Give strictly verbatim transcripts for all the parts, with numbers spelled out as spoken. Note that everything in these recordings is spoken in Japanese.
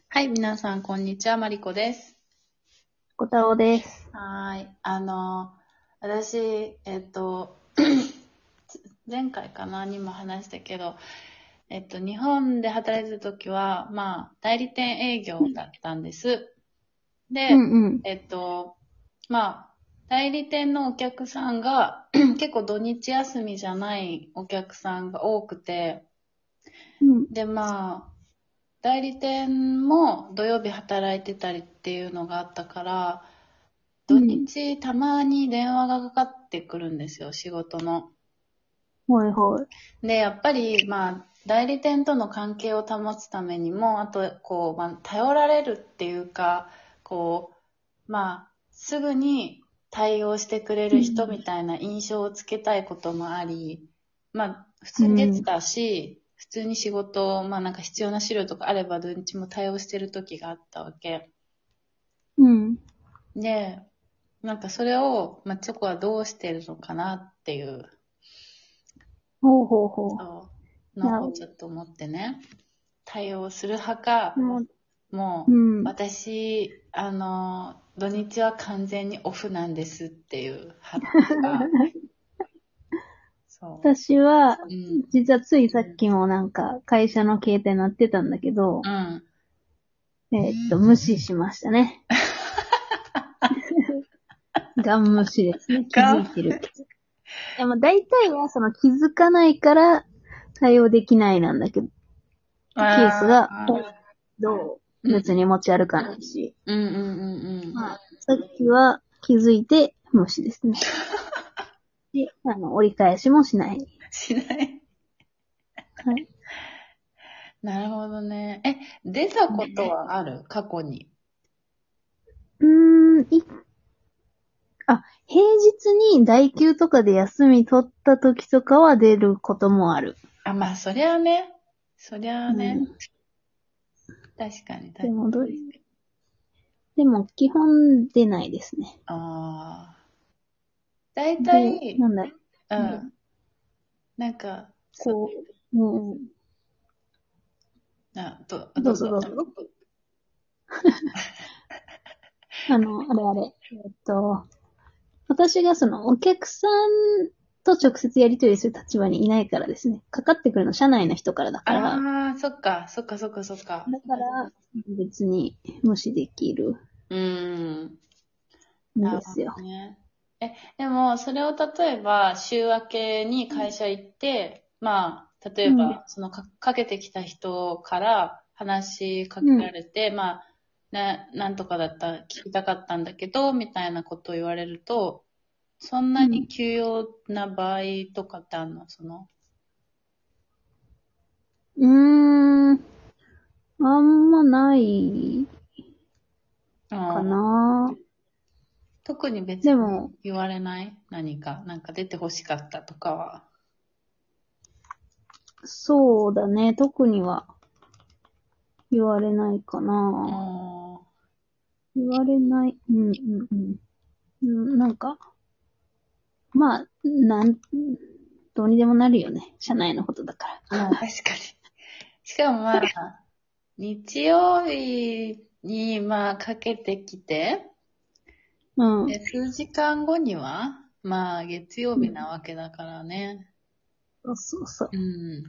はい、皆さん、こんにちは。マリコです。 小太郎です。 はーい。あの、私、えっと、前回かなにも話したけど、えっと、日本で働いてた時は、まあ、代理店営業だったんです。 うで、 んうん。 えっと、まあ、代理店のお客さんが結構土日休みじゃないお客さんが多くて、 うん。 で、まあ、代理店も土曜日働いてたりっていうのがあったから、土うん。 日たまに電話がかかってくるんですよ、仕事の。 はいはい。 で、やっぱり、まあ、代理店との関係を保つためにも、あと、こう、まあ、頼られるっていうか、こう、まあ、すぐに対応してくれる人みたいな印象をつけたいこともあり、まあ、普う通に出てん。 たし、普通に仕事、まあなんか必要な資料とかあれば土日も対応してる時があったわけ。 うん。 で、なんかそれを、まあ、チョコはどうしてるのかなっていう、 ほうほうほそうう。なるほのをちょっと思ってね、対応する派か、 ど。もう、 もう、 うん。 私、あの、土日は完全にオフなんですっていう派か、そ私は、 う。うん。 実はついさっきもなんか会社の携帯鳴ってたんだけど、 うん。 えーっと、無視しましたね。ガン無視ですね。気づが、 いてる。いや、まあ大体はその気づかないから対応できないなんだけど、ケースがああ、 どううん。 別に持ち歩かないし。 うんうんうんうん。 まあ、さっきは気づいて無視ですね。で、あの、折り返しもしない。 しない。 はい。 なるほどね。え、出たことはある過去に？ うーん、い、あ、平日に代休とかで休み取った時とかは出ることもある。 あ、まあ、そりゃあね。そりゃあね。 うん。 確かに、確かに。 でもどう、でも基本出ないですね。 ああ。だいたで、 い、 なんだ、 ううん、 ん。なんか、そう、 こう、もう、 あ、ど、どどううぞ。 ぞどうぞ。あの、あれあれ。えっと、私がそのお客さんと直接やり取りする立場にいないからですね。かかってくるの社内の人からだから、 ああ、そっか、そっか、そっか、そっか。 だから別に無視できるうーん。なるほんですよ。 どね。え、でも、それを例えば、週明けに会社行って、まあ、例えうん。 ば、そのか、かけてきた人から話しかけうん。 られて、まあ、な、なんとかだった、聞きたかったんだけど、みたいなことを言われると、そんなにうん。 急用な場合とかってあるの？その、 うーん。あんまないかあー、 な。 特に別にでも、 言われない？何か、なんか出て欲しかったとかは。 そうだね。特には言われないかあな。 ー、 言われない。うんうんうん。うんなんか、まあ、なん、どうにでもなるよね。社内のことだかまあ確かに。しかもまあ、日曜日にまあかけてきて、 ら。うん。 で、数時間後には、まあ月曜日うん。 なわけだからね。 そうそうそうん。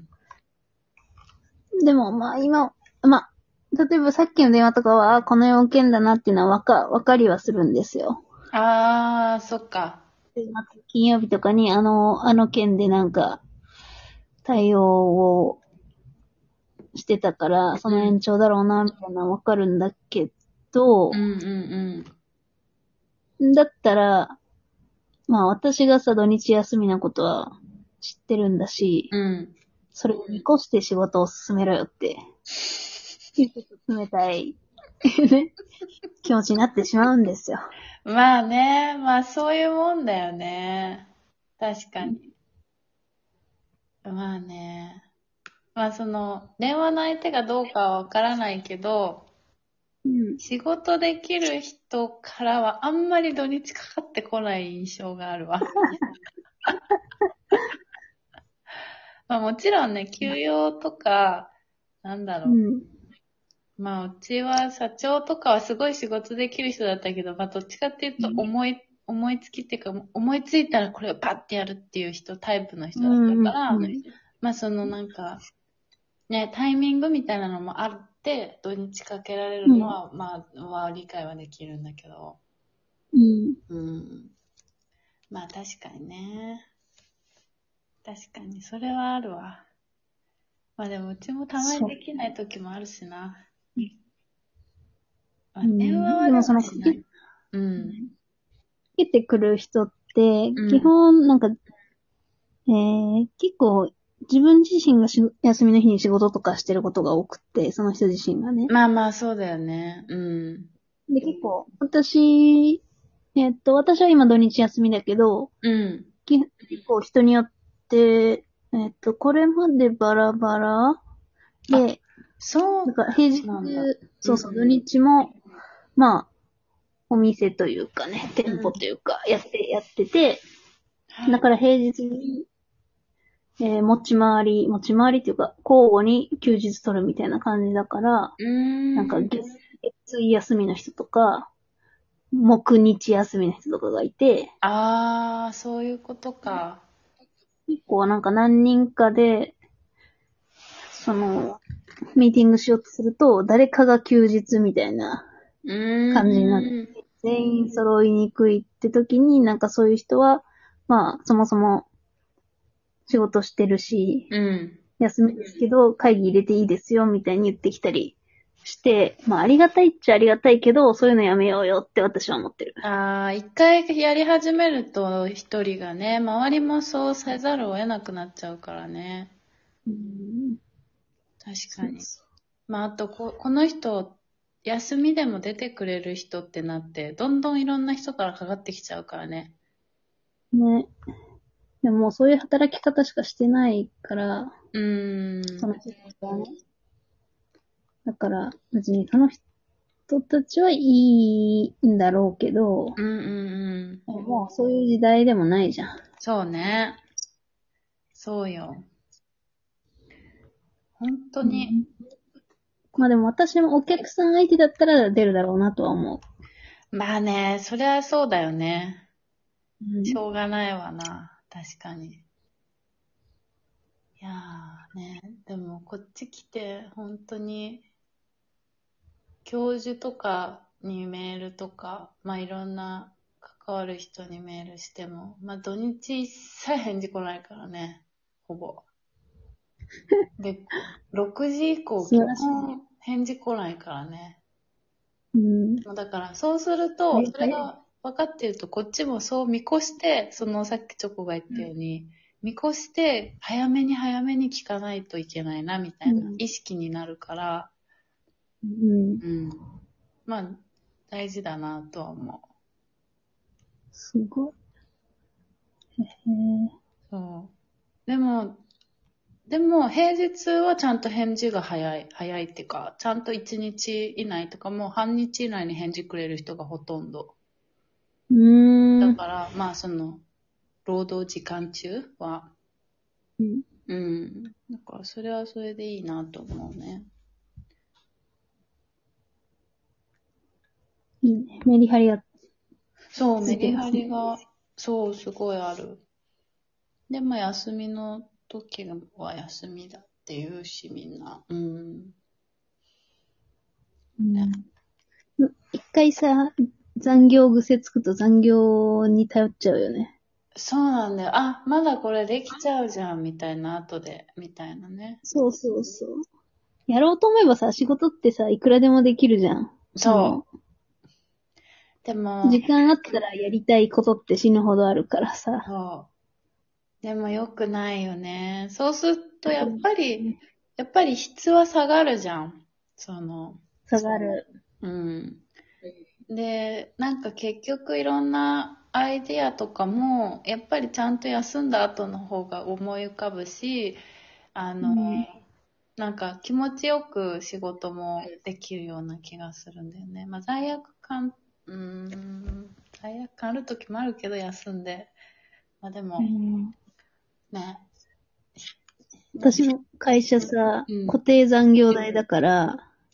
う。でも、まあ今、まあ、例えばさっきの電話とかは、あこの要件だなっていうのはわか、わかりはするんですよ。 ああ、そっか。 でまた金曜日とかに、あの、あの件でなんか、対応をしてたから、そのうん。 延長だろうな、みたいなのわかるんだけど、 うんうんだったら、まあ私がさ、土日休みなことは知ってるんだし、 うん。うん。 それを見越して仕事を進めろよって、言って冷たい、ね、気持ちになってしまうんですよ。 まあね、まあそういうもんだよね。確かに。まあね。まあその、電話の相手がどうかはわからないけど、 うん。 仕事できる人からはあんまり土日かかってこない印象があるわ。まあもちろんね、休養とか、なんだろうん。 まあ、うちは社長とかはすごい仕事できる人だったけど、まあ、どっちかっていうと思い、思いつきっていうか、思いついたらこれをパッてやるっていう人、タイプの人だったから、 うんうん、 まあ、そのなんか、ね、タイミングみたいなのもあって、土日かけられるのは、うん、まあ、は理解はできるんだけど。 うん。 うん。まあ、確かにね。確かに、それはあるわ。まあでも、うちもたまにできない時もあるしな。まあ、電話はでもしない。うん。 出てくる人って、基本、なんか、うん、えー、結構、自分自身がし休みの日に仕事とかしてることが多くて、その人自身がね。 まあまあ、そうだよね。うん。 で、結構、私、えーっと、私は今土日休みだけど、 うん。 結構人によって、えーっと、これまでバラバラで、 そう。 なんか平日、そうそう、土日も、まあ、お店というかね、店舗というか、やって、やってて、だから平日に、えー、持ち回り、持ち回りっていうか、交互に休日取るみたいな感じだから、 うーん。 なんか月、月休みの人とか、木日休みの人とかがいて、 ああ、そういうことか。 結構なんか何人かで、その、ミーティングしようとすると、誰かが休日みたいな感じになる。全員揃いにくいって時に、なんかそういう人は、まあ、そもそも仕事してるし、 うん。 休みですけど、会議入れていいですよ、みたいに言ってきたりして、まあ、ありがたいっちゃありがたいけど、そういうのやめようよって私は思ってる。 ああ、一回やり始めると一人がね、周りもそうせざるを得なくなっちゃうからね。 うん、 確かに。 そうそまあ、あとこ、この人、休みでも出てくれる人ってなって、どんどんいろんな人からかかってきちゃうからね。 う。ね。でももうそういう働き方しかしてないから、 うーん。 その人たちはね。だから、別にその人たちはいいんだろうけど、 うんうんうん。 もうそういう時代でもないじゃん。 そうね。そうよ。本当に。 うん、まあでも私もお客さん相手だったら出るだろうなとは思まあね、そりゃそうだよね。 う。うん、 しょうがないわな。確かに。いやーね、でもこっち来て本当に教授とかにメールとか、まあいろんな関わる人にメールしても、まあ土日一切返事来ないからね、ほぼ。で、ろくじ以降基本返事来ないからね。 うん。 だからそうすると、それが分かっているとこっちもそう見越して、そのさっきチョコが言ったように、見越して早めに早めに聞かないといけないなみたいな意識になるから、 うん。 うん。まあ、大事だなとは思う。 すごい。へえ。 そう。でも、でも平日はちゃんと返事が早い。早いっていうか、ちゃんといちにち以内とかもう半日以内に返事くれる人がほとんど。 うーん。 だから、まあその、労働時間中は、 うん。 うん。だからそれはそれでいいなと思うね。 いいね。メリハリがそう、メリハついてますね。 リが、そう、すごいある。で、まあ休みの時は休みだっていうし、みんな。うん。 うん。一回さ、残業癖つくと残業に頼っちゃうよね。 そうなんだよ。あ、まだこれできちゃうじゃん、みたいな、後で、みたいなね。 そうそうそう。やろうと思えばさ、仕事ってさ、いくらでもできるじゃん。そその、 う。でも、 時間あったらやりたいことって死ぬほどあるからさ。 そう。でも良くないよね。そうすると、やっぱり、やっぱり質は下がるじゃん。その、 下がる。 うん。で、なんか結局いろんなアイディアとかも、やっぱりちゃんと休んだ後の方が思い浮かぶし、あの、 うん。 なんか気持ちよく仕事もできるような気がするんだよね。まあ罪悪感、うーん、罪悪感ある時もあるけど休んで。まあでも、 うん、 ね。 私も会社さ、 うん。 固定残業代だから、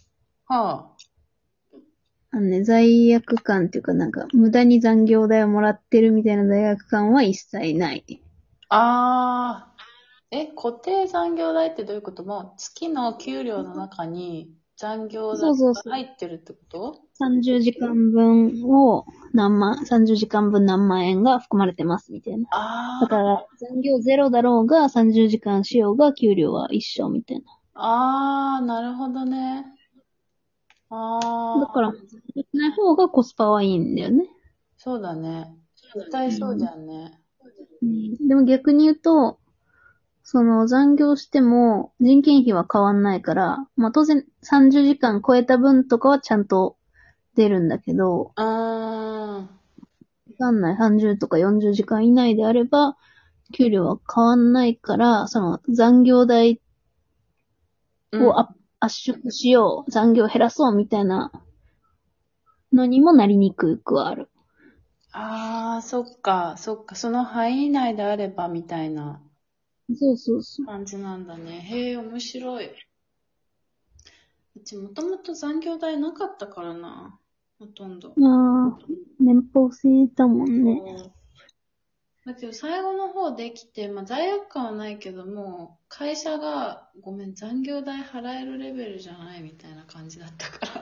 はあのね、罪悪感っていうかなんか、無駄に残業代をもらってるみたいな罪悪感は一切ない。 あ。あー。え、固定残業代ってどういうこと？もう月の給料の中に残業代そうそうそう。 が入ってるってこと？ さんじゅうじかんぶんを何万、さんじゅうじかんぶん何万円が含まれてますみたいな。だかあら、残業ゼロだろうがさんじゅうじかんしようが給料は一緒みたいな。 あ、ああ、なるほどね。ああ、 だから、残業しない方がコスパはいいんだよね。 そうだね。絶対そうじゃんね。 うん、でも逆に言うと、その残業しても人件費は変わんないから、まあ当然さんじゅうじかん超えた分とかはちゃんと出るんだけど、 うーん。 わかんないさんじゅうとかよんじゅうじかん以内であれば、給料は変わんないから、その残業代うん。 をあ圧縮しよう、残業を減らそうみたいなのにもなりにくくはある。 ああ、そっか、そっか。その範囲内であればみたいなそうそうそう。 感じなんだね。へえ、面白い。うちもともと残業代なかったからな。ほとんど。 まあ、年俸制だもんね。 そう。だけど最後の方できて、まあ罪悪感はないけども、会社がごめん、残業代払えるレベルじゃないみたいな感じだったから。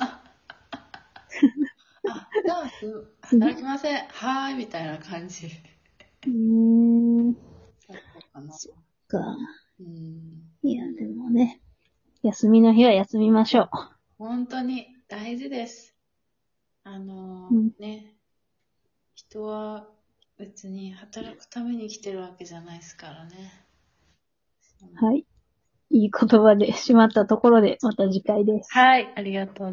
あ、じゃあ、す働きません。はーい、みたいな感じうーん、 だったかな。 そっか。 うん。 いや、でもね、休みの日は休みましょ本当に大事です。あのう。うん。 ね、人は別に働くために生きてるわけじゃないですからね。 はい。いい言葉で締まったところで、また次回です。 はい、ありがとう。